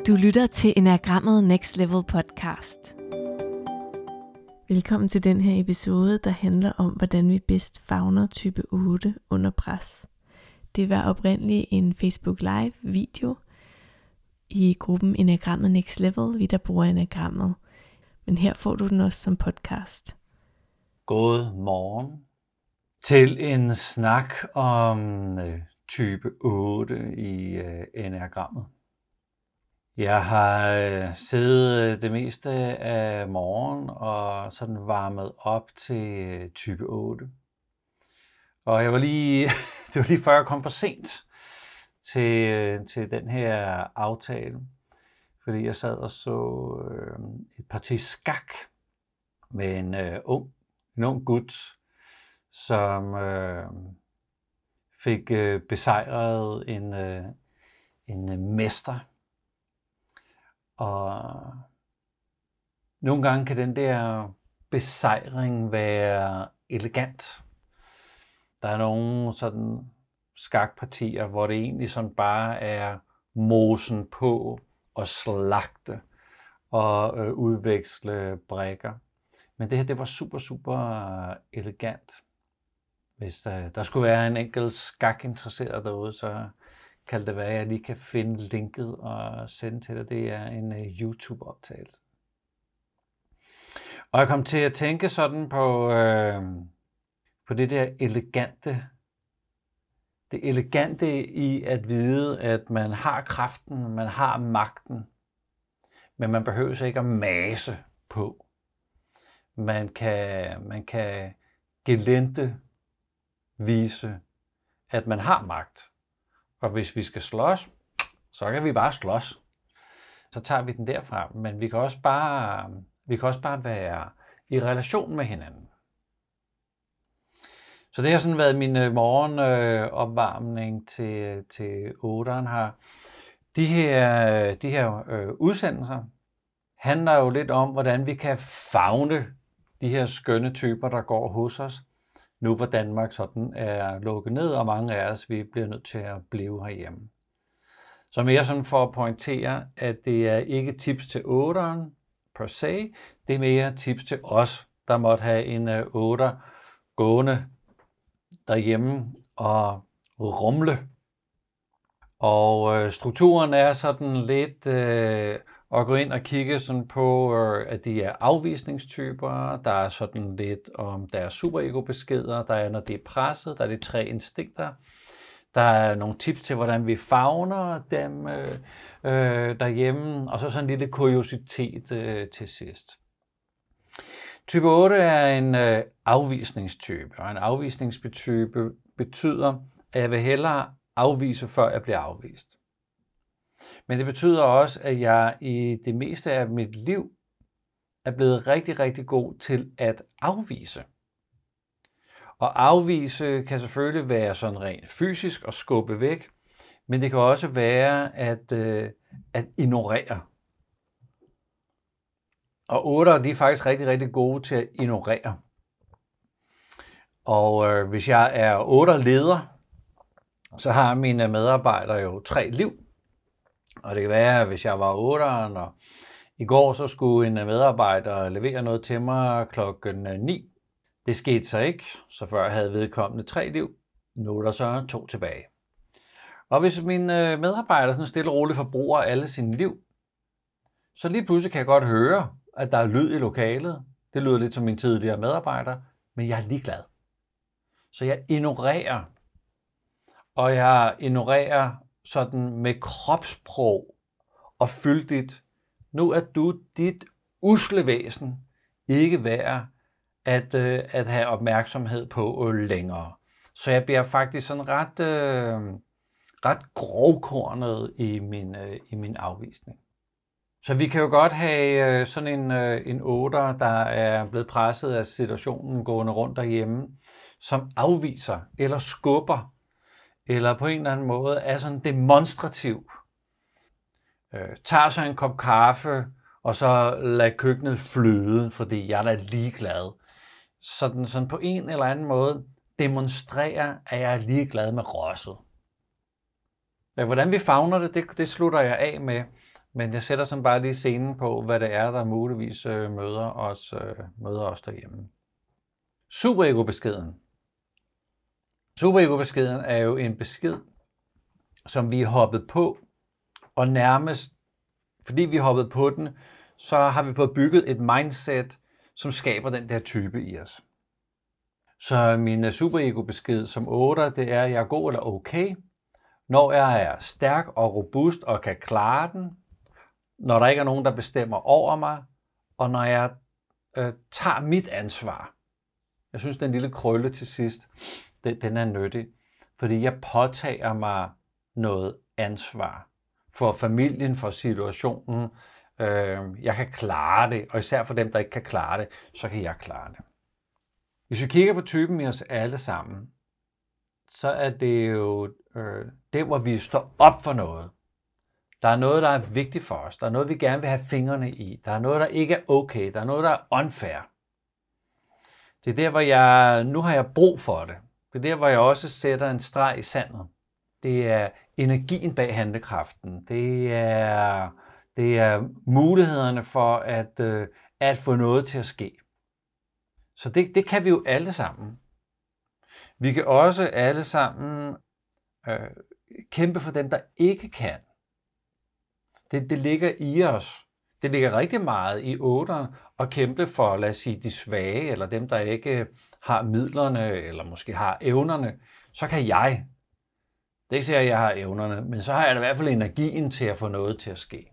Du lytter til Enagrammet Next Level podcast. Velkommen til den her episode, der handler om, hvordan vi bedst favner type 8 under pres. Det var oprindeligt en Facebook Live video i gruppen Enagrammet Next Level, vi der bruger enagrammet. Men her får du den også som podcast. God morgen til en snak om type 8 i enagrammet. Jeg har siddet det meste af morgen og sådan varmet op til type 8. Og jeg var lige, det var lige før jeg kom for sent til den her aftale. Fordi jeg sad og så et parti skak med en ung gut, som fik besejret en mester. Og nogle gange kan den der besejring være elegant. Der er nogle sådan skakpartier, hvor det egentlig sådan bare er mosen på og slagte og udveksle brikker. Men det her, det var super elegant. Hvis der skulle være en enkelt skakinteresseret derude, så kan det være, at jeg lige kan finde linket og sende til dig. Det er en YouTube-optagelse. Og jeg kom til at tænke sådan på det der elegante. Det elegante i at vide, at man har kraften, man har magten, men man behøver ikke at mase på. Man kan gelente vise, at man har magt. Og hvis vi skal slås, så kan vi bare slås. Så tager vi den derfra. Men vi kan også bare være i relation med hinanden. Så det har sådan været min morgenopvarmning til 8'eren her. De her udsendelser handler jo lidt om, hvordan vi kan favne de her skønne typer, der går hos os. Nu hvor Danmark sådan er lukket ned, og mange af os vi bliver nødt til at blive herhjemme. Så mere sådan for at pointere, at det er ikke tips til 8'eren per se, det er mere tips til os, der måtte have en 8'er gående derhjemme og rumle. Og strukturen er sådan lidt at gå ind og kigge sådan på, at de er afvisningstyper. Der er sådan lidt om deres superego-beskeder. Der er, når det er presset, der er de 3 instinkter. Der er nogle tips til, hvordan vi favner dem derhjemme. Og så sådan en lille kuriositet til sidst. Type 8 er en afvisningstype. Og en afvisningstype betyder, at jeg vil hellere afvise, før jeg bliver afvist. Men det betyder også, at jeg i det meste af mit liv er blevet rigtig god til at afvise. Og afvise kan selvfølgelig være sådan rent fysisk og skubbe væk, men det kan også være at ignorere. Og 8'ere, de er faktisk rigtig gode til at ignorere. Og hvis jeg er 8'er leder, så har mine medarbejdere jo 3 liv. Og det kan være, at hvis jeg var 8'eren, og i går så skulle en medarbejder levere noget til mig klokken 9. Det skete så ikke, så før jeg havde vedkommende 3 liv. Nu er der så 2 tilbage. Og hvis min medarbejder sådan stille og roligt forbruger alle sine liv, så lige pludselig kan jeg godt høre, at der er lyd i lokalet. Det lyder lidt som min tidligere medarbejder, men jeg er ligeglad. Så jeg ignorerer. Og jeg ignorerer sådan med kropssprog og fyldigt. Nu er du dit usle væsen ikke værd at have opmærksomhed på længere. Så jeg bliver faktisk sådan ret grovkornet i min afvisning. Så vi kan jo godt have sådan en 8'er, der er blevet presset af situationen gående rundt derhjemme, som afviser eller skubber, eller på en eller anden måde er sådan demonstrativ. Tager så en kop kaffe, og så lader køkkenet flyde, fordi jeg er ligeglad. Sådan på en eller anden måde demonstrerer, at jeg er ligeglad med rosset. Men hvordan vi favner det slutter jeg af med Men jeg sætter sådan bare lige scenen på, hvad det er, der muligvis møder os derhjemme. Superego-beskeden. Superego-beskeden er jo en besked, som vi er hoppet på, og nærmest, fordi vi er hoppet på den, så har vi fået bygget et mindset, som skaber den der type i os. Så min superego-besked som 8, det er, at jeg er god eller okay, når jeg er stærk og robust og kan klare den, når der ikke er nogen, der bestemmer over mig, og når jeg tager mit ansvar. Jeg synes, den lille krølle til sidst, den er nyttig, fordi jeg påtager mig noget ansvar for familien, for situationen. Jeg kan klare det, og især for dem, der ikke kan klare det, så kan jeg klare det. Hvis vi kigger på typen i os alle sammen, så er det jo det, hvor vi står op for noget. Der er noget, der er vigtigt for os. Der er noget, vi gerne vil have fingrene i. Der er noget, der ikke er okay. Der er noget, der er unfair. Det er der, hvor nu har jeg brug for det. Det er der, hvor jeg også sætter en streg i sandet. Det er energien bag handlekraften. Det er mulighederne for at få noget til at ske. Så det kan vi jo alle sammen. Vi kan også alle sammen kæmpe for dem, der ikke kan. Det ligger i os. Det ligger rigtig meget i 8'eren at kæmpe for, lad os sige, de svage, eller dem, der ikke har midlerne, eller måske har evnerne. Så kan jeg. Det er ikke sikkert, at jeg har evnerne, men så har jeg i hvert fald energien til at få noget til at ske.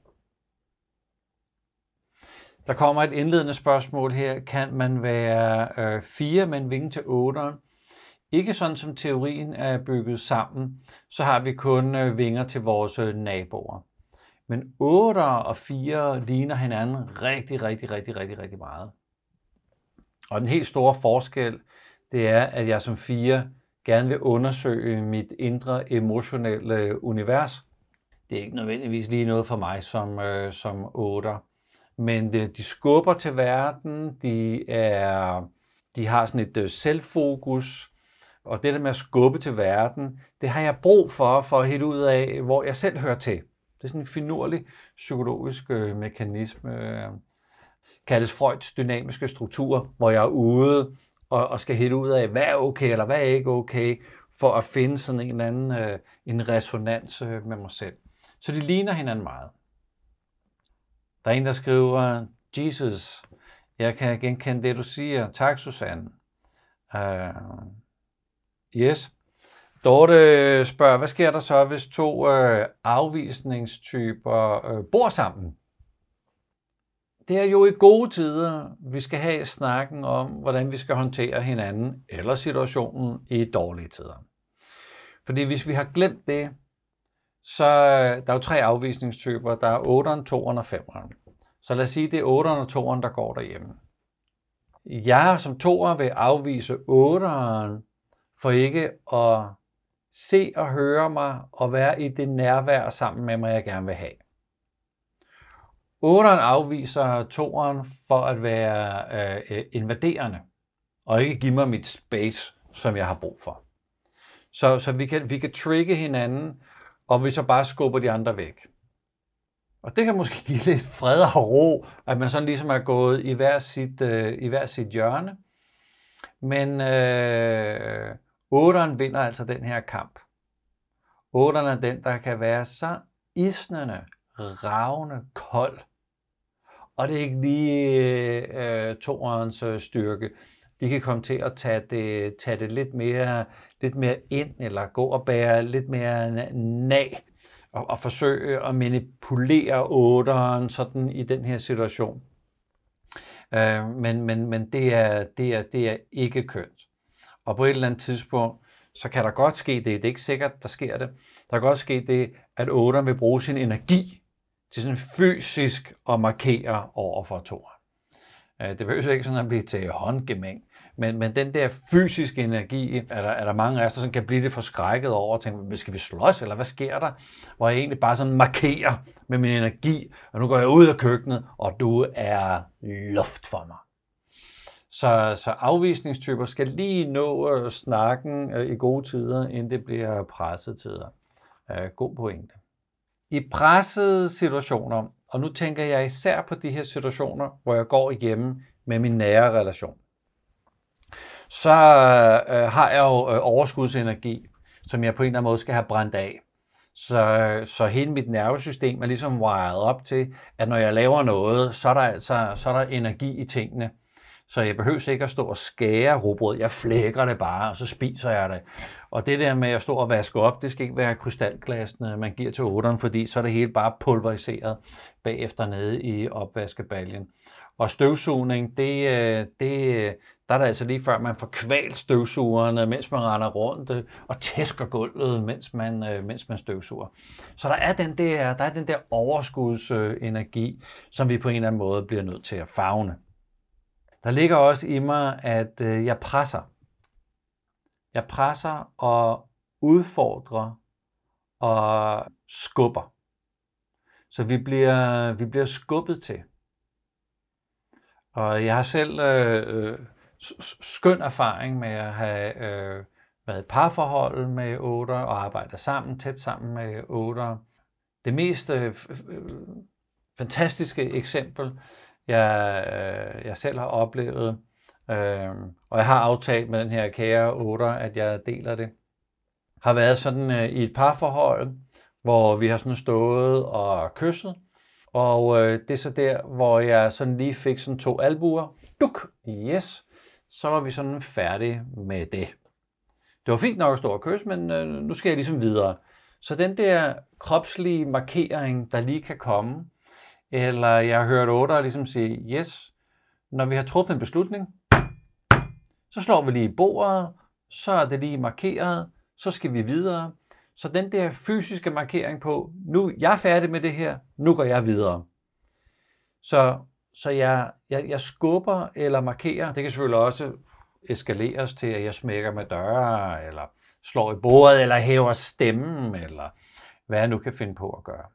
Der kommer et indledende spørgsmål her. Kan man være 4 med en vinge til 8'eren? Ikke sådan som teorien er bygget sammen, så har vi kun vinger til vores naboer. Men 8 og 4 ligner hinanden rigtig meget. Og den helt store forskel, det er, at jeg som 4 gerne vil undersøge mit indre emotionelle univers. Det er ikke nødvendigvis lige noget for mig som 8. Men de skubber til verden, de har sådan et selvfokus, og det der med at skubbe til verden, det har jeg brug for at hitte ud af, hvor jeg selv hører til. Det er sådan en finurlig psykologisk mekanisme, kaldes Freuds dynamiske struktur, hvor jeg er ude og skal hitte ud af, hvad er okay eller hvad er ikke okay, for at finde sådan en eller anden en resonans med mig selv. Så de ligner hinanden meget. Der er en, der skriver, Jesus, jeg kan genkende det, du siger. Tak, Susanne. Yes. Dorte spørger, hvad sker der så, hvis 2 afvisningstyper bor sammen? Det er jo i gode tider, vi skal have snakken om, hvordan vi skal håndtere hinanden eller situationen i dårlige tider. Fordi hvis vi har glemt det, så der er jo 3 afvisningstyper. Der er 8'eren, 2'eren og 5'eren. Så lad os sige, det er 8'eren og 2'eren, der går derhjemme. Jeg som 2'er vil afvise 8'eren for ikke at se og høre mig og være i det nærvær sammen med mig, jeg gerne vil have. 8'eren afviser 2'eren for at være invaderende og ikke give mig mit space, som jeg har brug for. Så vi kan trigge hinanden, og vi så bare skubber de andre væk. Og det kan måske give lidt fred og ro, at man sådan ligesom er gået i hver sit hjørne. Men 8'eren vinder altså den her kamp. 8'eren er den, der kan være så isnende, ravende, kold. Og det er ikke lige 2'erens styrke. De kan komme til at tage det lidt mere ind, eller gå og bære lidt mere nag, og forsøge at manipulere 8'eren sådan i den her situation. Men det er ikke kønt. Og på et eller andet tidspunkt, så kan der godt ske det er ikke sikkert, der sker det. Der kan godt ske det, at 8'eren vil bruge sin energi til sådan fysisk at markere over for 2'eren. Det behøver ikke sådan at blive til håndgemæng, men den der fysiske energi, er der mange af os, der sådan kan blive lidt forskrækket over og tænke, skal vi slås, eller hvad sker der? Hvor jeg egentlig bare sådan markerer med min energi, og nu går jeg ud af køkkenet, og du er luft for mig. Så afvisningstyper skal lige nå snakken i gode tider, inden det bliver presset tider. God pointe. I pressede situationer, og nu tænker jeg især på de her situationer, hvor jeg går hjemme med min nære relation, så har jeg jo overskudsenergi, som jeg på en eller anden måde skal have brændt af. Så hele mit nervesystem er ligesom wired op til, at når jeg laver noget, så er der energi i tingene. Så jeg behøver ikke at stå og skære rugbrød. Jeg flækker det bare, og så spiser jeg det. Og det der med at stå og vaske op, det skal ikke være krystalglasene, man giver til 8'eren, fordi så er det hele bare pulveriseret bagefter nede i opvaskebaljen. Og støvsugning, der er det altså lige før, man får kvalt støvsugerne, mens man render rundt og tæsker gulvet, mens man støvsuger. Så der er den der overskudsenergi, som vi på en eller anden måde bliver nødt til at favne. Der ligger også i mig, at jeg presser. Jeg presser og udfordrer og skubber. Så vi bliver skubbet til. Og jeg har selv skøn erfaring med at have været i parforhold med 8'ere og arbejdet tæt sammen med 8'ere. Det mest fantastiske eksempel, jeg selv har oplevet, og jeg har aftalt med den her kære 8'er, at jeg deler det, har været sådan i et parforhold, hvor vi har sådan stået og kysset, og det er så der, hvor jeg sådan lige fik sådan 2 albuer. Duk! Yes! Så var vi sådan færdige med det. Det var fint nok at stå og kysse, men nu skal jeg ligesom videre. Så den der kropslige markering, der lige kan komme, eller jeg har hørt 8'ere ligesom sige, yes, når vi har truffet en beslutning, så slår vi lige i bordet, så er det lige markeret, så skal vi videre. Så den der fysiske markering på, nu jeg er færdig med det her, nu går jeg videre. Så jeg skubber eller markerer. Det kan selvfølgelig også eskaleres til, at jeg smækker med døre, eller slår i bordet, eller hæver stemmen, eller hvad jeg nu kan finde på at gøre.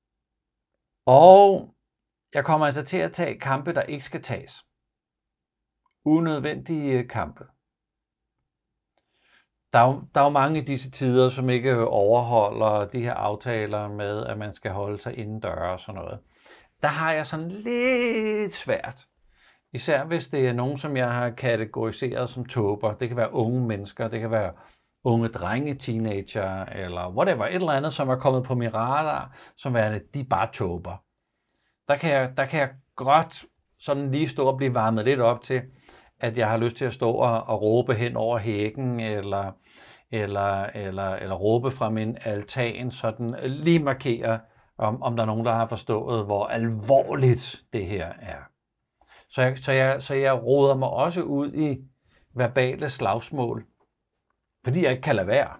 Og jeg kommer altså til at tage kampe, der ikke skal tages. Unødvendige kampe. Der er jo mange i disse tider, som ikke overholder de her aftaler med, at man skal holde sig indendør og sådan noget. Der har jeg sådan lidt svært. Især hvis det er nogen, som jeg har kategoriseret som tåber. Det kan være unge mennesker, det kan være unge drenge, teenager, eller whatever. Et eller andet, som er kommet på min radar, som værende, de er bare tåber. Der kan jeg godt sådan lige stå og blive varmet lidt op til, at jeg har lyst til at stå og råbe hen over hækken, eller råbe fra min altan, sådan lige markere, om der er nogen, der har forstået, hvor alvorligt det her er. Så jeg roder mig også ud i verbale slagsmål, fordi jeg ikke kan lade være.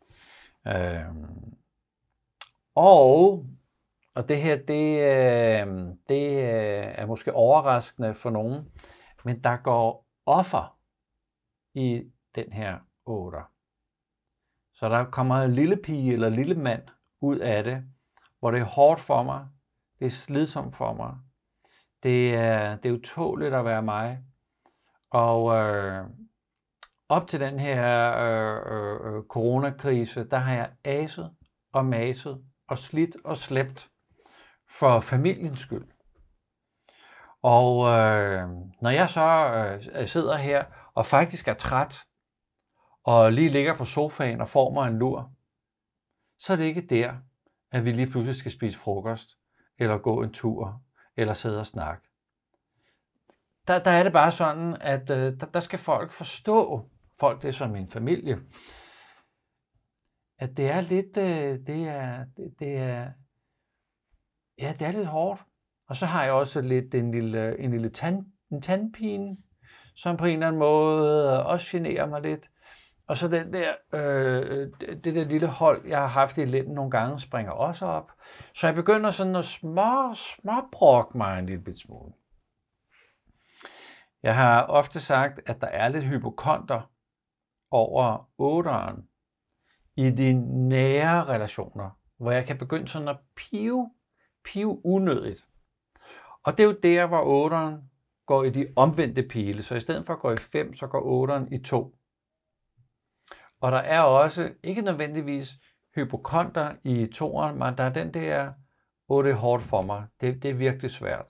Og det her, det er måske overraskende for nogen, men der går offer i den her 8'er. Så der kommer en lille pige eller lille mand ud af det, hvor det er hårdt for mig, det er slidsomt for mig, det er utåligt at være mig. Og op til den her coronakrise, der har jeg aset og maset og slidt og slæbt for familiens skyld. Og når jeg så sidder her og faktisk er træt, og lige ligger på sofaen og får mig en lur, så er det ikke der, at vi lige pludselig skal spise frokost, eller gå en tur, eller sidde og snakke. Der er det bare sådan, at der skal folk forstå, folk det er som min familie, at det er lidt, det er lidt hårdt. Og så har jeg også lidt en lille tandpine, som på en eller anden måde også generer mig lidt. Og så den der, det der lille hold, jeg har haft i lænden nogle gange, springer også op. Så jeg begynder sådan at småbrokke mig en lille smule. Jeg har ofte sagt, at der er lidt hypokonter over 8'eren i de nære relationer, hvor jeg kan begynde sådan at pive unødigt. Og det er jo der, hvor 8'eren går i de omvendte pile. Så i stedet for at gå i 5, så går 8'eren i 2. Og der er også ikke nødvendigvis hypokonter i toeren, men der er den der, det er hårdt for mig. Det er virkelig svært.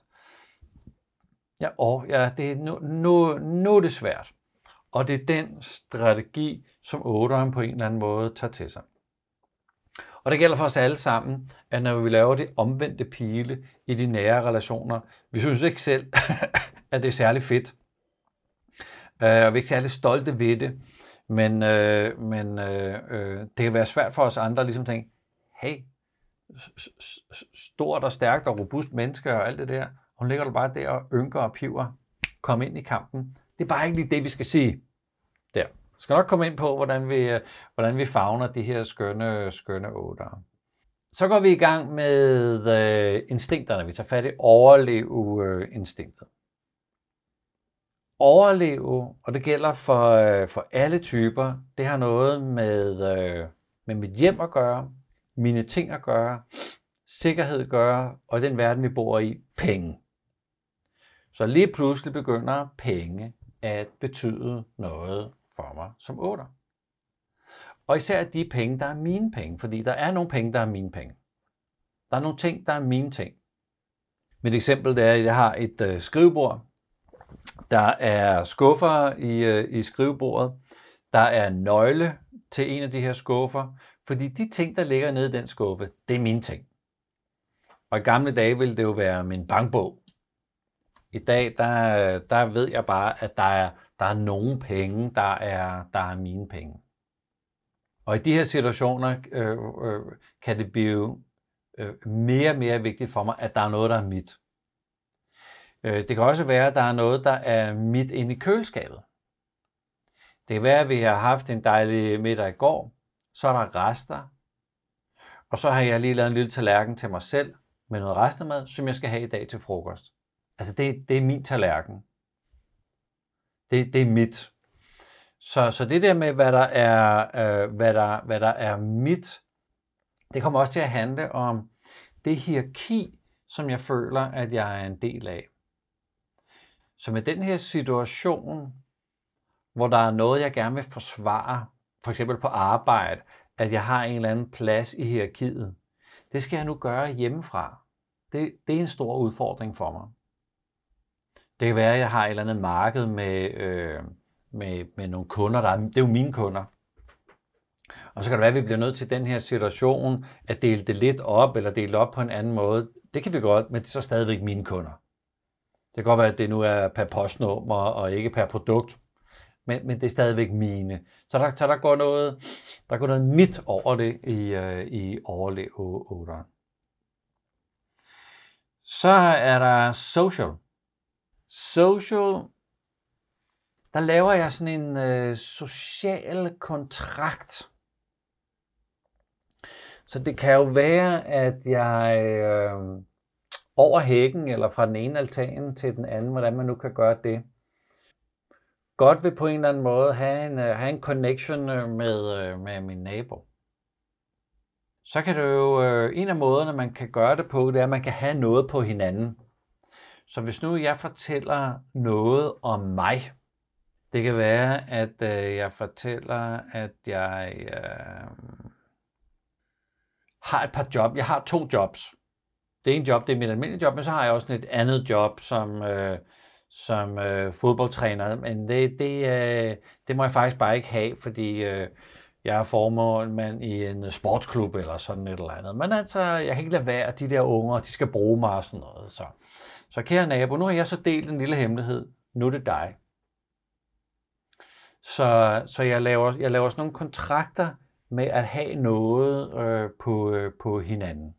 Det er nu er det svært. Og det er den strategi, som 8'eren på en eller anden måde tager til sig. Og det gælder for os alle sammen, at når vi laver det omvendte pile i de nære relationer, vi synes ikke selv, at det er særlig fedt. Og vi er ikke særlig stolte ved det. Men det kan være svært for os andre at ligesom tænke, hey, stort og stærkt og robust menneske og alt det der, hun ligger der bare der og ynker og piver, kom ind i kampen. Det er bare ikke lige det, vi skal sige der. Jeg skal nok komme ind på, hvordan vi favner de her skønne 8'ere. Så går vi i gang med instinkterne. Vi tager fat i overleve-instinktet. Overleve, og det gælder for alle typer, det har noget med mit hjem at gøre, mine ting at gøre, sikkerhed at gøre, og den verden, vi bor i, penge. Så lige pludselig begynder penge at betyde noget for mig som 8'er. Og især de penge, der er mine penge, fordi der er nogle penge, der er mine penge. Der er nogle ting, der er mine ting. Mit eksempel det er, at jeg har et skrivebord. Der er skuffer i skrivebordet. Der er nøgle til en af de her skuffer. Fordi de ting, der ligger nede i den skuffe, det er mine ting. Og i gamle dage ville det jo være min bankbog. I dag, der ved jeg bare, at der er nogle penge, der er mine penge. Og i de her situationer kan det blive mere og mere vigtigt for mig, at der er noget, der er mit. Det kan også være, at der er noget, der er mit inde i køleskabet. Det kan være, at vi har haft en dejlig middag i går, så er der rester, og så har jeg lige lavet en lille tallerken til mig selv med noget restemad, som jeg skal have i dag til frokost. Altså det er min tallerken. Det er mit. Så det der med, hvad der er mit, det kommer også til at handle om det hierarki, som jeg føler, at jeg er en del af. Så med den her situation, hvor der er noget, jeg gerne vil forsvare, for eksempel på arbejde, at jeg har en eller anden plads i hierarkiet, det skal jeg nu gøre hjemmefra. Det er en stor udfordring for mig. Det kan være, at jeg har et eller andet marked med nogle kunder, det er jo mine kunder. Og så kan det være, at vi bliver nødt til den her situation at dele det lidt op, eller dele op på en anden måde. Det kan vi godt, men det er så stadigvæk mine kunder. Det kan godt være, at det nu er per postnummer og ikke per produkt, men det er stadigvæk mine. Så der går noget mit over det i overleve 8'eren. Så er der social. Social, der laver jeg sådan en social kontrakt. Så det kan jo være, at jeg over hækken eller fra den ene altan til den anden, hvordan man nu kan gøre det, godt vil på en eller anden måde have en connection med min nabo. Så kan det jo, en af måderne, man kan gøre det på, det er, at man kan have noget på hinanden. Så hvis nu jeg fortæller noget om mig, det kan være, at jeg fortæller, at jeg har et par job. Jeg har 2 jobs. Det ene job, det er mit almindelige job, men så har jeg også et andet job som fodboldtræner. Men det må jeg faktisk bare ikke have, fordi jeg er formand i en sportsklub eller sådan et eller andet. Men altså, jeg kan ikke lade være, at de der unger, de skal bruge mig og sådan noget. Så kære nabo, nu har jeg så delt en lille hemmelighed. Nu er det dig. Så jeg laver sådan nogle kontrakter med at have noget på hinanden.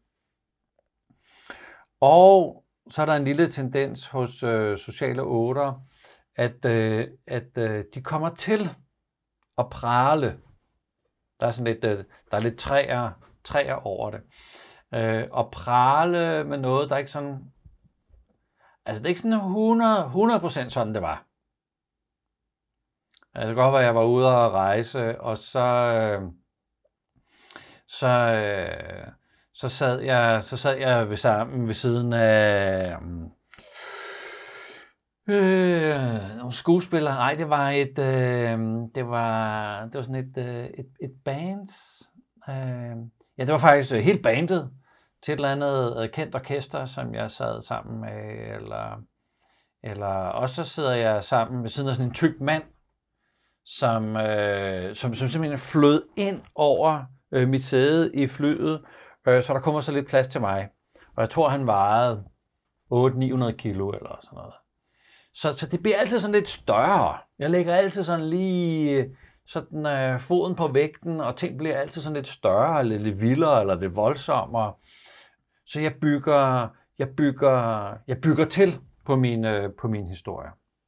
Og så er der en lille tendens hos sociale 8'ere, at de kommer til at prale. Der er lidt træer over det. Og prale med noget, der er ikke sådan. Altså det er ikke sådan 100% sådan det var. Altså det kan godt være, at jeg var ude at rejse, og så sad jeg sammen ved siden af nogle skuespillere. Nej, det var sådan et band. Ja, det var faktisk helt bandet til et eller andet kendt orkester, som jeg sad sammen med, eller også så sidder jeg sammen ved siden af sådan en tyk mand, som simpelthen flød ind over mit sæde i flyet, så der kommer så lidt plads til mig. Og jeg tror, han vejede 800-900 kilo eller sådan noget. Så det bliver altid sådan lidt større. Jeg lægger altid sådan lige sådan, foden på vægten, og ting bliver altid sådan lidt større, eller lidt vildere, eller lidt voldsommere. Så jeg bygger til på min historie.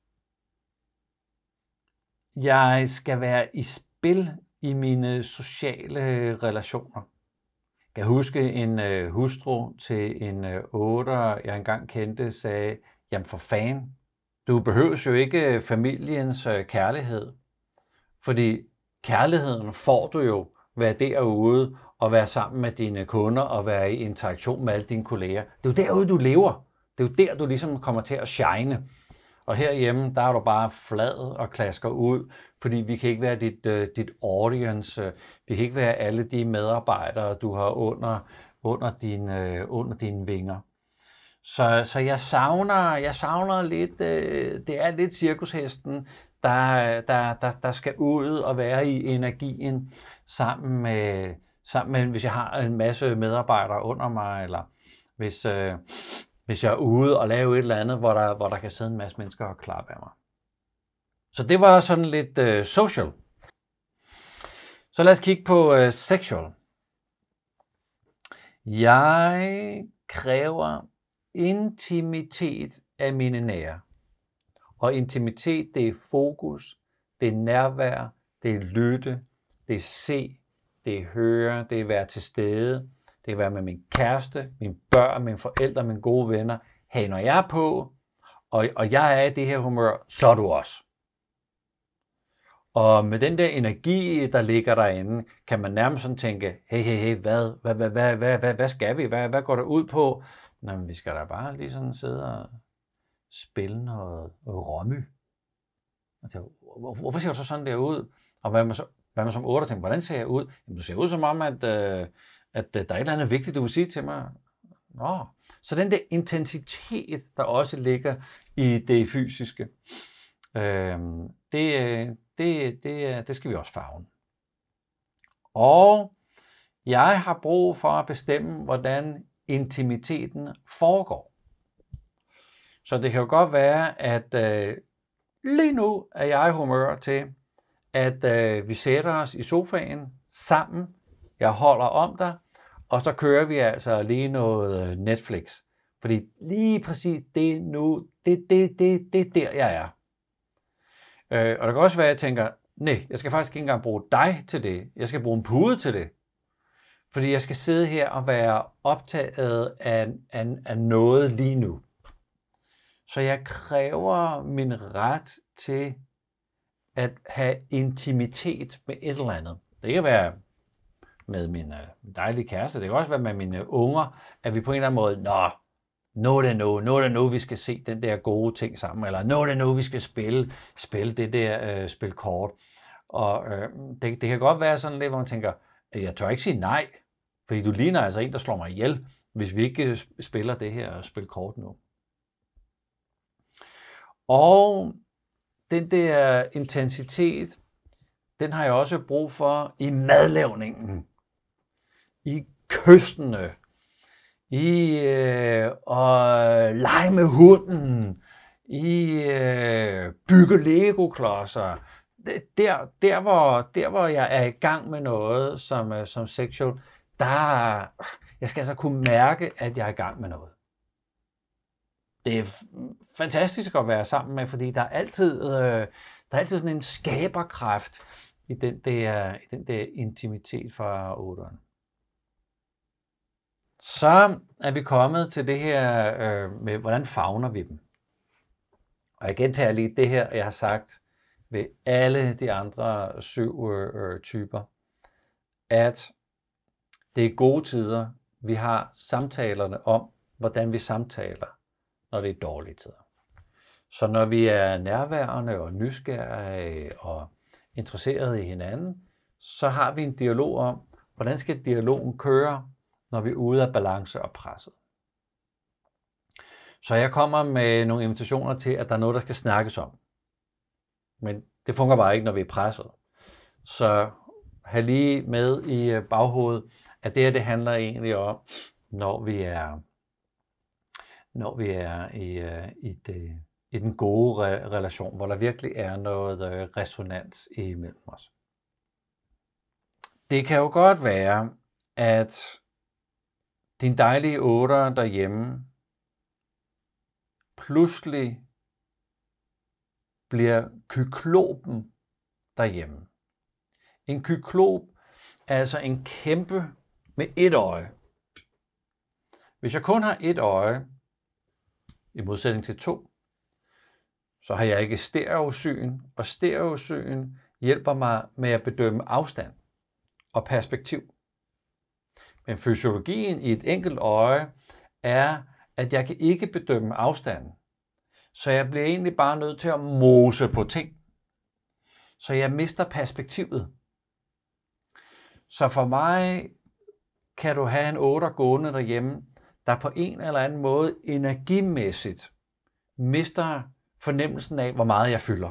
Jeg skal være i spil i mine sociale relationer. Jeg kan huske en hustru til en 8'er, jeg engang kendte, sagde, jamen for fan, du behøver jo ikke familiens kærlighed, fordi kærligheden får du jo være derude og være sammen med dine kunder og være i interaktion med alle dine kolleger. Det er jo derude, du lever. Det er jo der, du ligesom kommer til at shine. Og herhjemme, der er du bare flad og klasker ud, fordi vi kan ikke være dit audience. Vi kan ikke være alle de medarbejdere, du har under dine vinger. Så jeg savner lidt, det er lidt cirkushesten, der skal ud og være i energien sammen med, hvis jeg har en masse medarbejdere under mig, eller hvis jeg er ude og lave et eller andet, hvor der kan sidde en masse mennesker og klappe af mig. Så det var sådan lidt social. Så lad os kigge på sexual. Jeg kræver intimitet af mine nære. Og intimitet, det er fokus, det er nærvær, det er lytte, det er se, det er høre, det er være til stede, det er være med min kæreste, mine børn, mine forældre, mine gode venner. Hey, når jeg er på, og jeg er i det her humør, så er du også. Og med den der energi, der ligger derinde, kan man nærmest sådan tænke, hey, hvad skal vi? Hvad går det ud på? Nå, men vi skal da bare lige sådan sidde og spille noget romy. Altså, hvorfor ser du så sådan der ud? Og hvad man som 8 tænker, hvordan ser jeg ud? Jamen, du ser ud som om, at der er et eller andet vigtigt, du vil sige til mig. Nå. Så den der intensitet, der også ligger i det fysiske, det skal vi også favne. Og jeg har brug for at bestemme, hvordan intimiteten foregår. Så det kan jo godt være, at lige nu er jeg i humør til, at vi sætter os i sofaen sammen. Jeg holder om dig, og så kører vi altså lige noget Netflix. Fordi lige præcis det nu, det er der, jeg er. Og det kan også være, at jeg tænker, nej, jeg skal faktisk ikke engang bruge dig til det. Jeg skal bruge en pude til det. Fordi jeg skal sidde her og være optaget af noget lige nu. Så jeg kræver min ret til at have intimitet med et eller andet. Det kan være med min dejlige kæreste. Det kan også være med mine unger, at vi på en eller anden måde, nu er det nu, vi skal se den der gode ting sammen, eller nu er det nu, vi skal spille det der spil kort. Og det kan godt være sådan lidt, hvor man tænker, jeg tør ikke sige nej, fordi du ligner altså en, der slår mig ihjel, hvis vi ikke spiller det her spil kort nu. Og den der intensitet, den har jeg også brug for i madlavningen, i kystene, i at lege med hunden, i bygge Lego-klodser. Der hvor jeg er i gang med noget som sexual, jeg skal altså kunne mærke, at jeg er i gang med noget. Det er fantastisk at være sammen med, fordi der er altid sådan en skaberkraft i den der intimitet fra 8'eren. Så er vi kommet til det her med, hvordan favner vi dem. Og jeg gentager lige det her, jeg har sagt ved alle de andre 7 typer, at det er gode tider. Vi har samtalerne om, hvordan vi samtaler, når det er dårlige tider. Så når vi er nærværende og nysgerrige og interesserede i hinanden, så har vi en dialog om, Hvordan skal dialogen køre, når vi er ude af balance og presset? Så jeg kommer med nogle invitationer til, at der er noget, der skal snakkes om. Men det fungerer bare ikke, når vi er presset. Så have lige med i baghovedet, at det her, det handler egentlig om, når vi er i den gode relation, hvor der virkelig er noget resonans imellem os. Det kan jo godt være, at din dejlige 8'er derhjemme pludselig bliver kyklopen derhjemme. En kyklop er altså en kæmpe med et øje. Hvis jeg kun har et øje, i modsætning til 2, så har jeg ikke stereosyn, og stereosyn hjælper mig med at bedømme afstand og perspektiv. Men fysiologien i et enkelt øje er, at jeg kan ikke bedømme afstanden. Så jeg bliver egentlig bare nødt til at mose på ting. Så jeg mister perspektivet. Så for mig kan du have en 8'er gående derhjemme, der på en eller anden måde energimæssigt mister fornemmelsen af, hvor meget jeg fylder.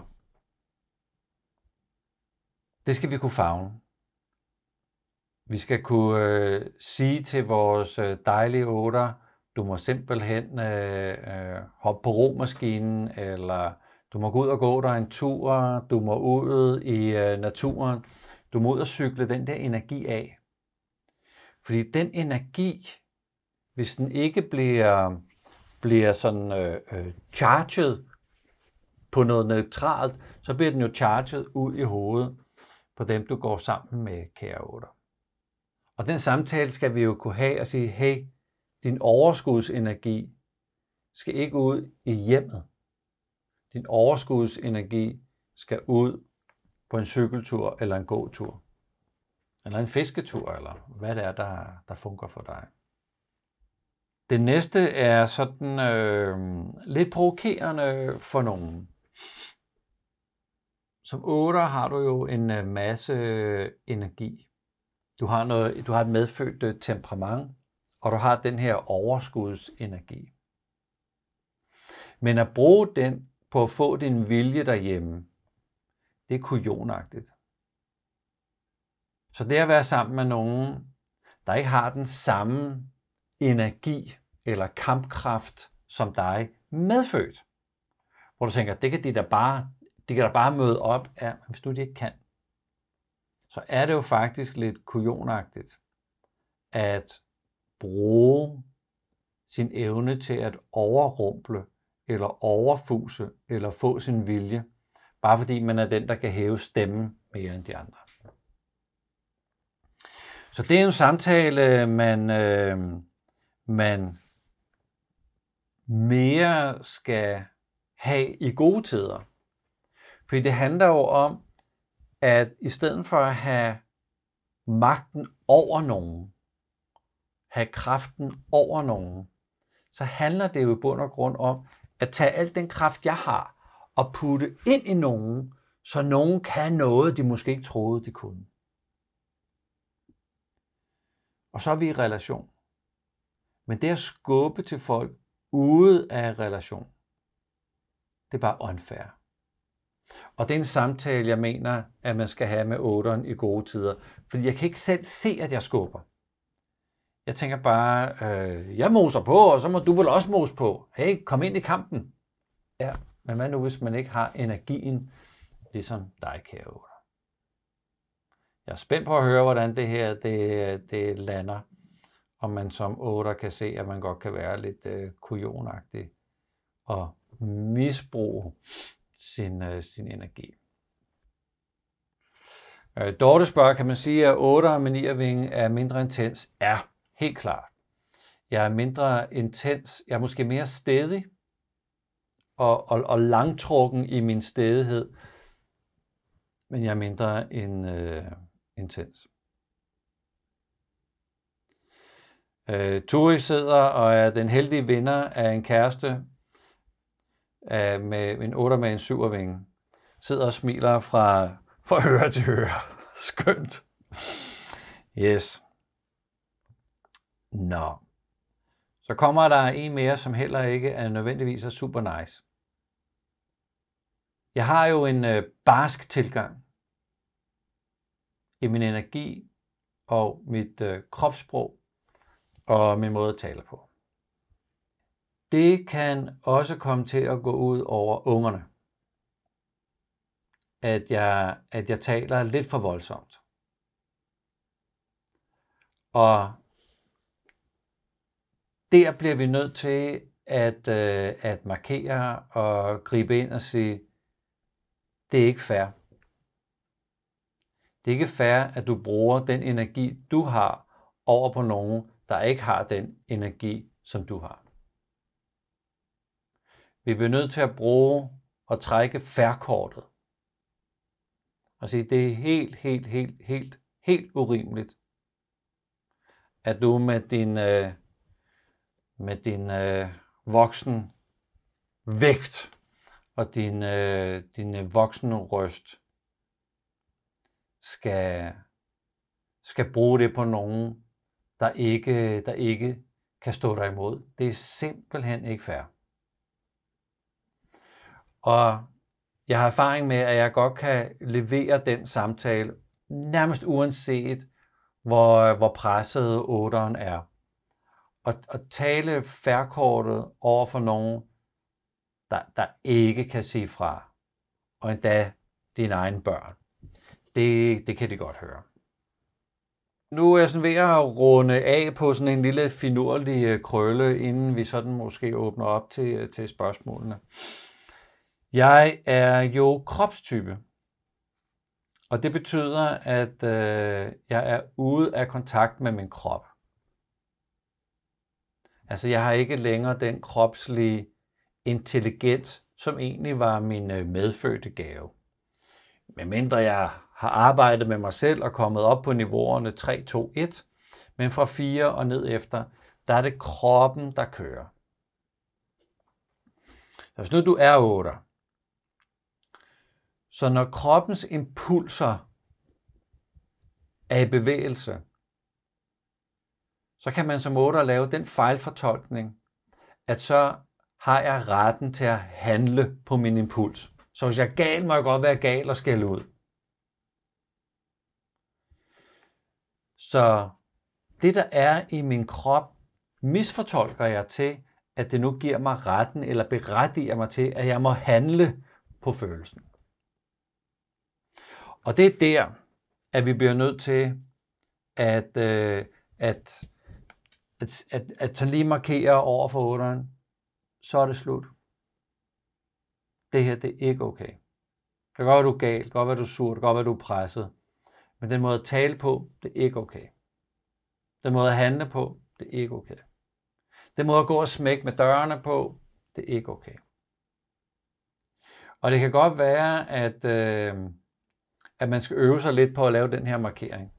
Det skal vi kunne favne. Vi skal kunne sige til vores dejlige 8'er, du må simpelthen hoppe på romaskinen, eller du må gå ud og gå dig en tur, du må ud i naturen, du må ud og cykle den der energi af. Fordi den energi, hvis den ikke bliver sådan charged på noget neutralt, så bliver den jo charged ud i hovedet på dem, du går sammen med, kære 8'er. Og den samtale skal vi jo kunne have og sige, hey, din overskudsenergi skal ikke ud i hjemmet. Din overskudsenergi skal ud på en cykeltur eller en gåtur. Eller en fisketur, eller hvad det er, der fungerer for dig. Det næste er sådan lidt provokerende for nogen. Som 8'er har du jo en masse energi. Du har et medfødt temperament, og du har den her overskudsenergi. Men at bruge den på at få din vilje derhjemme, det er kujonagtigt. Så det at være sammen med nogen, der ikke har den samme energi eller kampkraft som dig medfødt, hvor du tænker, det kan de da bare møde op af, hvis du de ikke kan, så er det jo faktisk lidt kujonagtigt at bruge sin evne til at overrumple eller overfuse eller få sin vilje, bare fordi man er den, der kan hæve stemmen mere end de andre. Så det er en samtale, man mere skal have i gode tider. Fordi det handler jo om, at i stedet for at have magten over nogen, have kraften over nogen, så handler det jo i bund og grund om at tage al den kraft, jeg har, og putte ind i nogen, så nogen kan noget, de måske ikke troede, de kunne. Og så er vi i relation. Men det at skubbe til folk ude af relation, det er bare unfair. Og det er en samtale, jeg mener, at man skal have med 8'eren i gode tider. Fordi jeg kan ikke selv se, at jeg skubber. Jeg tænker bare, jeg moser på, og så må du vel også mose på. Hey, kom ind i kampen. Ja, men hvad nu, hvis man ikke har energien, ligesom dig, kære 8'er? Jeg er spændt på at høre, hvordan det her det lander. Om man som 8'er kan se, at man godt kan være lidt kujonagtig og misbruge sin energi. Dorte spørger, kan man sige, at 8'er med 9'er-vinge er mindre intens? Ja, helt klart. Jeg er mindre intens. Jeg er måske mere stædig og langtrukken i min stædighed, men jeg er mindre intens. Turi sidder og er den heldige vinder af en kæreste med en 8'er med en 7'er-vinge. Sidder og smiler fra øre til øre. Skønt. Yes. Nå. Så kommer der en mere, som heller ikke er nødvendigvis er super nice. Jeg har jo en barsk tilgang i min energi og mit kropssprog og min måde at tale på. Det kan også komme til at gå ud over ungerne. At jeg taler lidt for voldsomt. Og der bliver vi nødt til at markere og gribe ind og sige, det er ikke fair. Det er ikke fair, at du bruger den energi, du har, over på nogen, der ikke har den energi, som du har. Vi bliver nødt til at bruge og trække fairkortet. Og sige, det er helt urimeligt, at du med din voksen vægt og din voksen røst skal bruge det på nogen, der ikke kan stå dig imod. Det er simpelthen ikke fair. Og jeg har erfaring med, at jeg godt kan levere den samtale, nærmest uanset hvor presset 8'eren er. Og tale fairkortet over for nogen, der ikke kan sige fra. Og endda dine egne børn. Det kan de godt høre. Nu er jeg sådan ved at runde af på sådan en lille finurlig krølle, inden vi sådan måske åbner op til spørgsmålene. Jeg er jo kropstype. Og det betyder, at jeg er ude af kontakt med min krop. Altså jeg har ikke længere den kropslige intelligens, som egentlig var min medfødte gave. Medmindre jeg har arbejdet med mig selv og kommet op på niveauerne 3, 2, 1. Men fra 4 og ned efter, der er det kroppen, der kører. Så hvis nu du er 8, så når kroppens impulser er i bevægelse, så kan man som 8 lave den fejlfortolkning, at så har jeg retten til at handle på min impuls. Så hvis jeg er gal, må jeg godt være gal og skælde ud. Så det, der er i min krop, misfortolker jeg til, at det nu giver mig retten eller berettiger mig til, at jeg må handle på følelsen. Og det er der, at vi bliver nødt til at lige markere over for 8'eren, så er det slut. Det her, det er ikke okay. Det kan godt være, du er gal, det kan godt være, du er sur, det kan godt være, du er presset. Men den måde at tale på, det er ikke okay. Den måde at handle på, det er ikke okay. Den måde at gå og smække med dørene på, det er ikke okay. Og det kan godt være, at man skal øve sig lidt på at lave den her markering.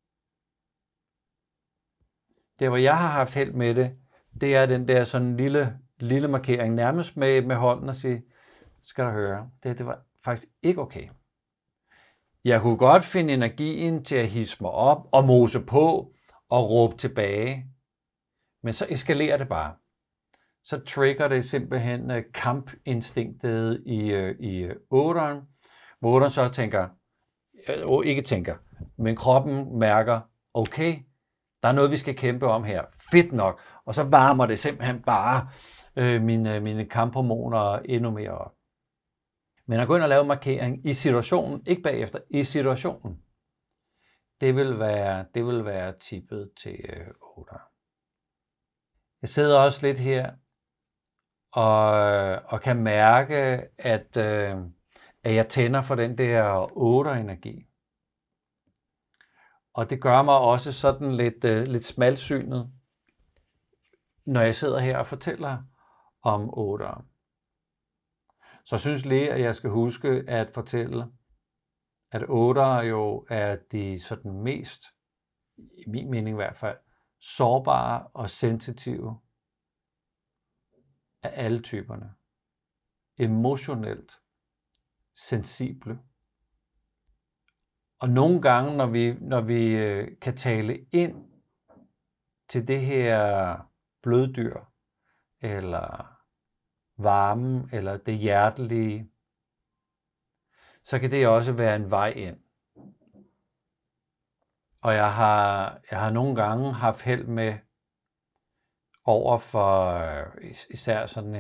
Det, hvor jeg har haft held med det, det er den der sådan lille markering, nærmest med hånden og sige, skal du høre, det var faktisk ikke okay. Jeg kunne godt finde energien til at hisse mig op og mose på og råbe tilbage. Men så eskalerer det bare. Så trigger det simpelthen kampinstinktet i 8'eren. Hvor 8'eren så tænker, men kroppen mærker, okay, der er noget, vi skal kæmpe om her. Fedt nok. Og så varmer det simpelthen bare mine kamphormoner endnu mere op. Men at gå ind og lave markering i situationen, ikke bagefter, i situationen, det vil være tippet til 8. Jeg sidder også lidt her og kan mærke, at jeg tænder for den der 8-energi. Og det gør mig også sådan lidt smalsynet, når jeg sidder her og fortæller om 8'ere. Så jeg synes lige, at jeg skal huske at fortælle, at 8'ere jo er de sådan mest, i min mening i hvert fald, sårbare og sensitive af alle typerne. Emotionelt sensible Og nogle gange, når vi kan tale ind til det her bløddyr, eller varmen, eller det hjertelige, så kan det også være en vej ind. Og jeg har nogle gange haft held med over for især sådan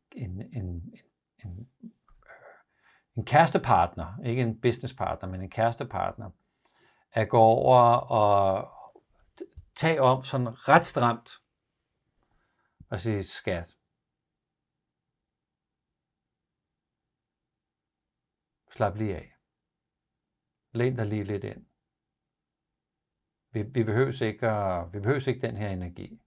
en kærestepartner, ikke en businesspartner, men en kærestepartner, at gå over og tage om sådan ret stramt og sige, skat, slap lige af. Læn dig lige lidt ind. Vi behøves ikke den her energi.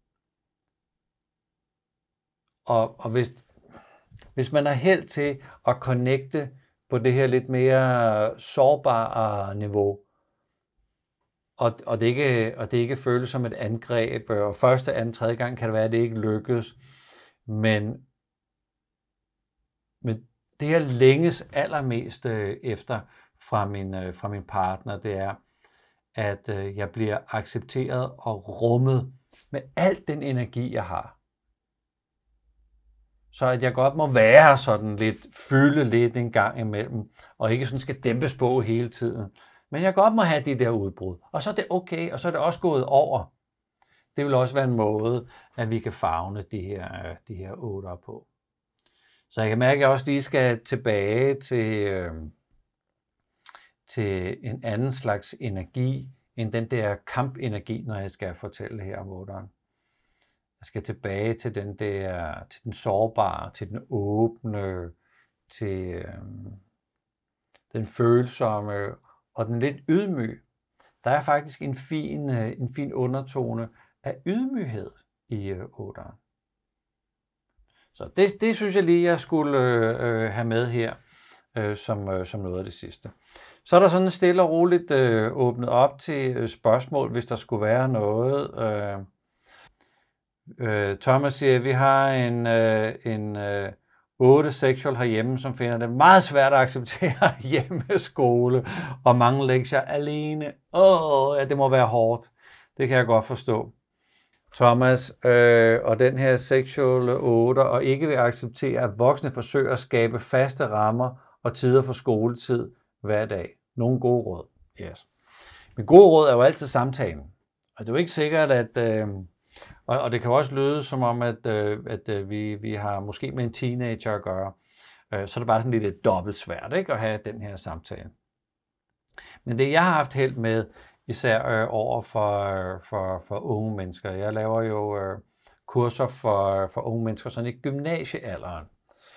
Og hvis man er held til at connecte på det her lidt mere sårbare niveau, og det ikke føles som et angreb, og første, anden, tredje gang kan det være, at det ikke lykkes, men det jeg længes allermest efter fra min partner, det er, at jeg bliver accepteret og rummet med al den energi, jeg har. Så at jeg godt må være sådan lidt, fylde lidt en gang imellem, og ikke sådan skal dæmpes på hele tiden. Men jeg godt må have de der udbrud, og så er det okay, og så er det også gået over. Det vil også være en måde, at vi kan favne de her 8'ere på. Så jeg kan mærke, at jeg også lige skal tilbage til en anden slags energi, end den der kampenergi, når jeg skal fortælle her om 8'eren. Jeg skal tilbage til til den sårbare, til den åbne, til den følsomme og den lidt ydmyge. Der er faktisk en fin undertone af ydmyghed i 8'eren. Så det synes jeg lige, jeg skulle have med her som noget af det sidste. Så er der sådan stille og roligt åbnet op til spørgsmål, hvis der skulle være noget. Thomas siger, at vi har en 8 sexual herhjemme, som finder det meget svært at acceptere hjemmeskole og mange lektier alene. Ja, det må være hårdt. Det kan jeg godt forstå. Thomas, og den her sexual 8 og ikke vil acceptere, at voksne forsøger at skabe faste rammer og tider for skoletid hver dag. Nogle gode råd. Yes. Men gode råd er jo altid samtalen. Og det er jo ikke sikkert, at... Og det kan også lyde som om, at vi har måske med en teenager at gøre. Så er det bare sådan lidt dobbelt svært, ikke, at have den her samtale. Men det jeg har haft held med, især over for unge mennesker. Jeg laver jo kurser for unge mennesker sådan i gymnasiealderen.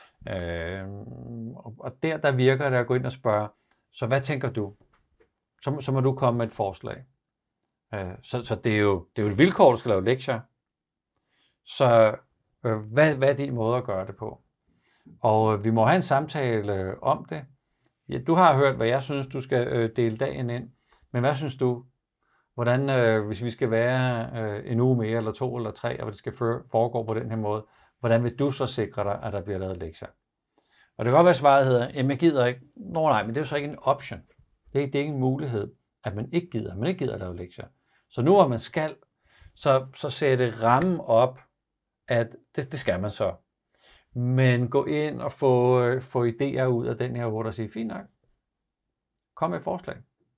Og der virker det at gå ind og spørge, så hvad tænker du? Så må du komme med et forslag. Så det er jo et vilkår, du skal lave lektier. Så hvad er din måde at gøre det på? Og vi må have en samtale om det. Ja, du har hørt, hvad jeg synes, du skal dele dagen ind. Men hvad synes du? Hvordan, hvis vi skal være en uge mere, eller 2 eller 3, og det skal foregå på den her måde, hvordan vil du så sikre dig, at der bliver lavet lektier? Og det kan godt være, at svaret hedder, jamen jeg gider ikke. Nej, men det er jo så ikke en option. Det er ikke en mulighed, at man ikke gider at lave lektier. Så nu, hvor man skal, så sætte rammen op, at det skal man så. Men gå ind og få idéer ud af den her 8 og sige, fint nok, kom med et forslag.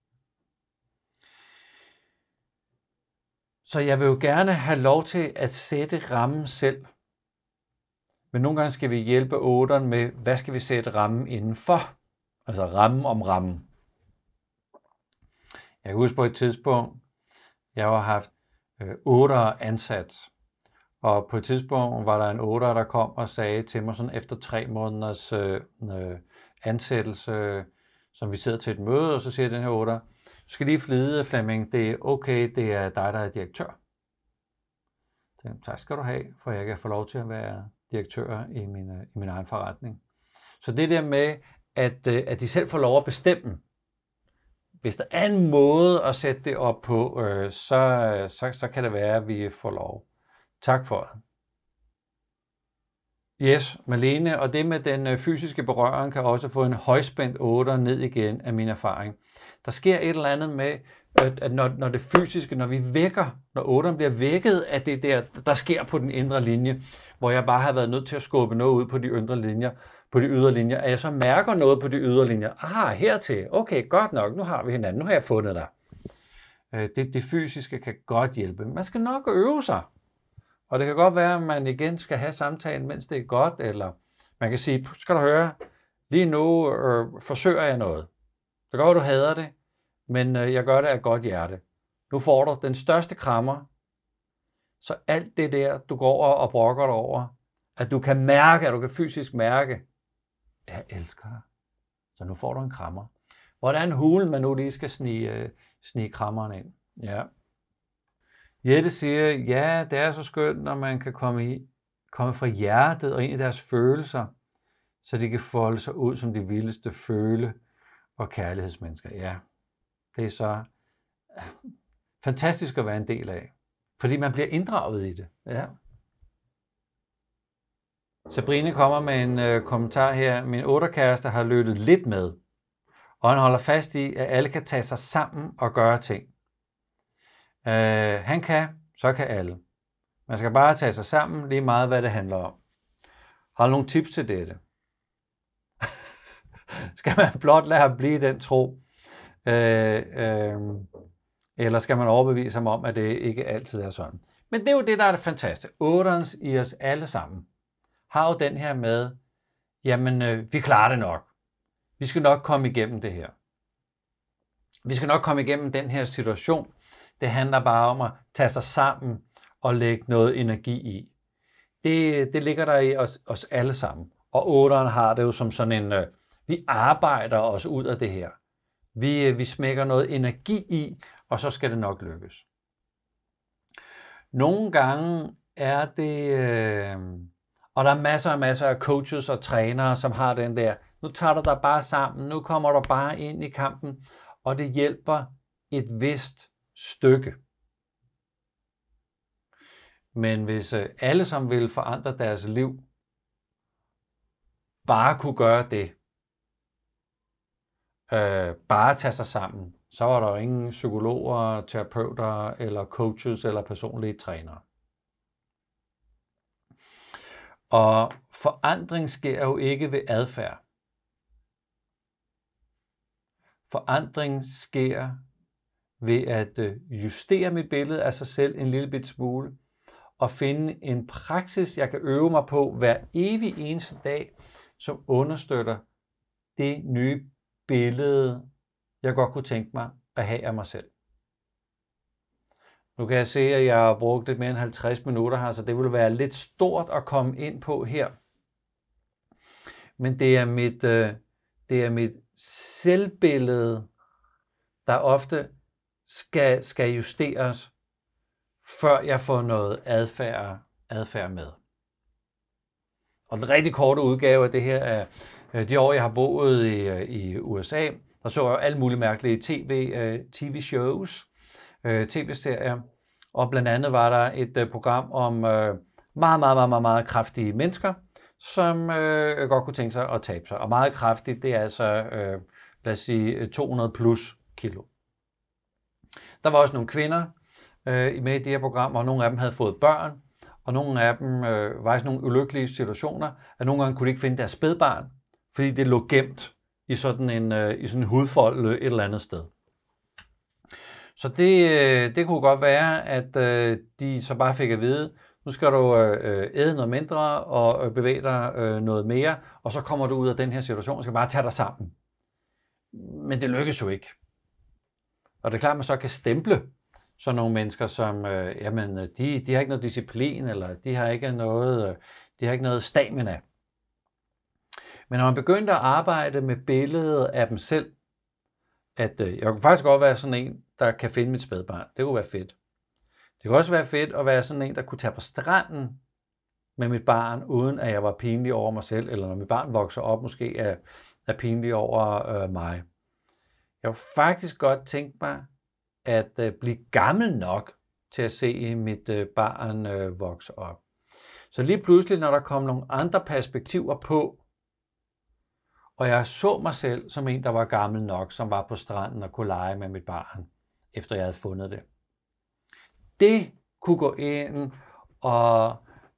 Så jeg vil jo gerne have lov til at sætte rammen selv. Men nogle gange skal vi hjælpe 8'eren med, hvad skal vi sætte rammen indenfor? Altså rammen om rammen. Jeg kan huske på et tidspunkt, jeg har haft 8'ere ansat. Og på et tidspunkt var der en 8'er, der kom og sagde til mig sådan efter 3 måneders ansættelse, som vi sidder til et møde, og så siger den her 8'er, du skal lige vide, Flemming, det er okay, det er dig, der er direktør. Tak skal du have, for jeg kan få lov til at være direktør i min egen forretning. Så det der med, at de selv får lov at bestemme, hvis der er en måde at sætte det op på, så kan det være, at vi får lov. Tak for det. Yes, Malene, og det med den fysiske berøring kan også få en højspændt 8'er ned igen af min erfaring. Der sker et eller andet med, at når det fysiske, når vi vækker, når 8'eren bliver vækket af det der sker på den indre linje, hvor jeg bare har været nødt til at skubbe noget ud på de ydre linjer, at jeg så mærker noget på de ydre linjer. Aha, hertil. Okay, godt nok, nu har vi hinanden, nu har jeg fundet dig. Det fysiske kan godt hjælpe. Man skal nok øve sig. Og det kan godt være, at man igen skal have samtalen, mens det er godt, eller man kan sige, skal du høre, lige nu forsøger jeg noget. Det kan godt, du hader det, men jeg gør det af godt hjerte. Nu får du den største krammer, så alt det der, du går og brokker dig over, at du kan mærke, at du kan fysisk mærke, jeg elsker dig. Så nu får du en krammer. Hvordan hulen man nu lige skal snige krammeren ind. Ja. Jette siger, ja, det er så skønt, når man kan komme fra hjertet og ind i deres følelser, så de kan folde sig ud som de vildeste og kærlighedsmennesker. Ja, det er så fantastisk at være en del af, fordi man bliver inddraget i det. Ja. Sabrine kommer med en kommentar her. Min 8'er-kæreste har lyttet lidt med, og han holder fast i, at alle kan tage sig sammen og gøre ting. Han kan, så kan alle. Man skal bare tage sig sammen, lige meget hvad det handler om. Har du nogle tips til dette? Skal man blot lade ham blive den tro? Eller skal man overbevise ham om, at det ikke altid er sådan? Men det er jo det, der er det fantastiske. 8'erens i os alle sammen har jo den her med, jamen vi klarer det nok. Vi skal nok komme igennem det her. Vi skal nok komme igennem den her situation. Det handler bare om at tage sig sammen og lægge noget energi i. Det ligger der i os alle sammen. Og 8'eren har det jo som sådan en, vi arbejder os ud af det her. Vi smækker noget energi i, og så skal det nok lykkes. Nogle gange er det, og der er masser af coaches og trænere, som har den der, nu tager du dig bare sammen, nu kommer du bare ind i kampen, og det hjælper et vist stykke. Men hvis alle, som vil forandre deres liv, bare kunne gøre det, bare tage sig sammen, så var der jo ingen psykologer, terapeuter eller coaches eller personlige trænere. Og forandring sker jo ikke ved adfærd. Forandring sker ved at justere mit billede af sig selv en lille bit smule, og finde en praksis, jeg kan øve mig på hver evig eneste dag, som understøtter det nye billede, jeg godt kunne tænke mig at have af mig selv. Nu kan jeg se, at jeg har brugt lidt mere end 50 minutter her, så det vil være lidt stort at komme ind på her. Men det er mit selvbillede, der ofte skal justeres, før jeg får noget adfærd med. Og den rigtig korte udgave af det her er de år, jeg har boet i USA. Der så jeg alle mulige mærkelige tv-shows, tv-serier. Og blandt andet var der et program om meget kraftige mennesker, som godt kunne tænke sig at tabe sig. Og meget kraftigt, det er altså, lad os sige, 200 plus kilo. Der var også nogle kvinder med i det her program, og nogle af dem havde fået børn, og nogle af dem var i sådan nogle ulykkelige situationer, at nogle gange kunne de ikke finde deres spædbarn, fordi det lå gemt i sådan en hudfolde et eller andet sted. Så det kunne godt være, at de så bare fik at vide, nu skal du æde noget mindre og bevæge dig noget mere, og så kommer du ud af den her situation og skal bare tage dig sammen. Men det lykkes jo ikke. Og det er klart, at man så kan stemple sådan nogle mennesker, som de har ikke noget disciplin, eller de har ikke noget stamina. Men når man begyndte at arbejde med billedet af dem selv, at jeg kunne faktisk godt være sådan en, der kan finde mit spædbarn. Det kunne være fedt. Det kunne også være fedt at være sådan en, der kunne tage på stranden med mit barn, uden at jeg var pinlig over mig selv, eller når mit barn vokser op, måske er pinlig over mig. Jeg kunne faktisk godt tænke mig at blive gammel nok til at se mit barn vokse op. Så lige pludselig, når der kom nogle andre perspektiver på, Og jeg så mig selv som en, der var gammel nok, som var på stranden og kunne lege med mit barn, efter jeg havde fundet det. Det kunne gå ind og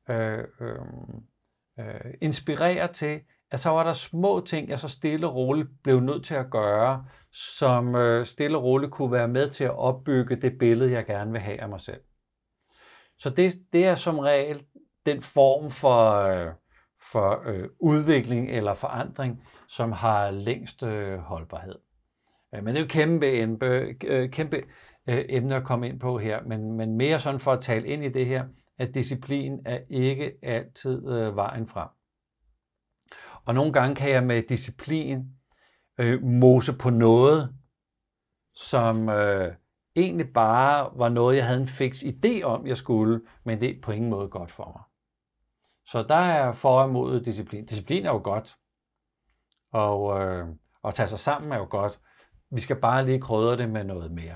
inspirere til, at så var der små ting, jeg så stille og roligt blev nødt til at gøre, som stille og roligt kunne være med til at opbygge det billede, jeg gerne vil have af mig selv. Så det er som regel den form for udvikling eller forandring, som har længst holdbarhed. Men det er jo kæmpe emne at komme ind på her, men mere sådan for at tale ind i det her, at disciplin er ikke altid vejen frem. Og nogle gange kan jeg med disciplin mose på noget, som egentlig bare var noget, jeg havde en fix idé om, jeg skulle, men det er på ingen måde godt for mig. Så der er for og imod disciplin. Disciplin er jo godt, og at tage sig sammen er jo godt. Vi skal bare lige krydre det med noget mere.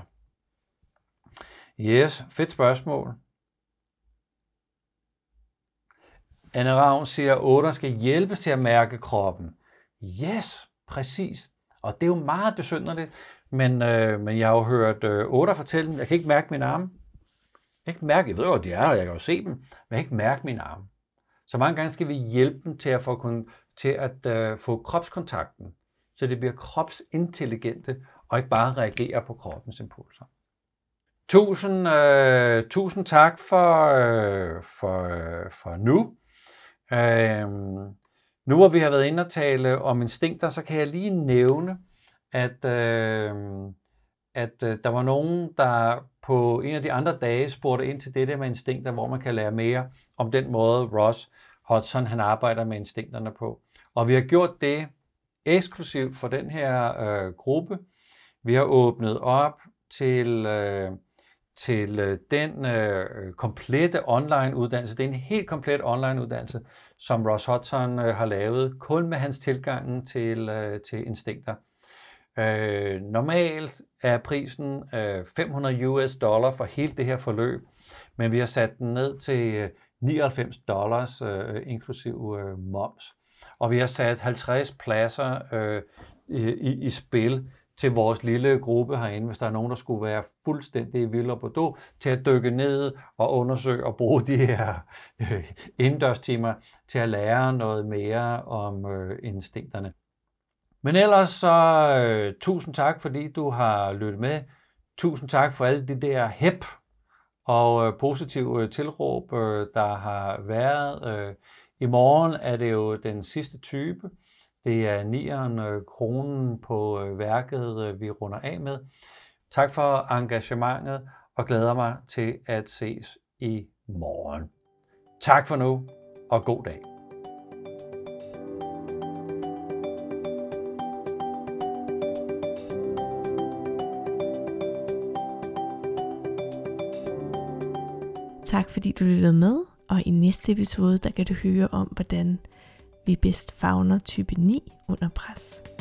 Yes, fedt spørgsmål. Anne Ravn siger, at 8'eren skal hjælpes til at mærke kroppen. Yes, præcis. Og det er jo meget besynderligt, men jeg har jo hørt 8'er fortælle dem, jeg kan ikke mærke mine arme. Jeg ved jo, at de er, og jeg kan jo se dem, men jeg kan ikke mærke mine arme. Så mange gange skal vi hjælpe dem til at få kropskontakten, så det bliver kropsintelligente, og ikke bare reagere på kroppens impulser. Tusind tak for nu. Nu hvor vi har været inde og tale om instinkter, så kan jeg lige nævne, at der var nogen, der på en af de andre dage spurgte ind til det der med instinkter, hvor man kan lære mere om den måde, Ross Hudson han arbejder med instinkterne på. Og vi har gjort det eksklusivt for den her gruppe. Vi har åbnet op til den komplette online uddannelse. Det er en helt komplet online uddannelse, som Ross Hudson har lavet, kun med hans tilgang til instinkter. Normalt er prisen $500 for hele det her forløb, men vi har sat den ned til $99 inklusiv moms. Og vi har sat 50 pladser i spil til vores lille gruppe herinde, hvis der er nogen, der skulle være fuldstændig vild og Bordeaux, til at dykke ned og undersøge og bruge de her indendørstimer til at lære noget mere om instinkterne. Men ellers så tusind tak, fordi du har lyttet med. Tusind tak for alle de der hep og positive tilråb, der har været. I morgen er det jo den sidste type. Det er 9'eren kronen på værket, vi runder af med. Tak for engagementet, og glæder mig til at ses i morgen. Tak for nu, og god dag. Tak fordi du lyttede med, og i næste episode, der kan du høre om, hvordan vi bedst favner type 9 under pres.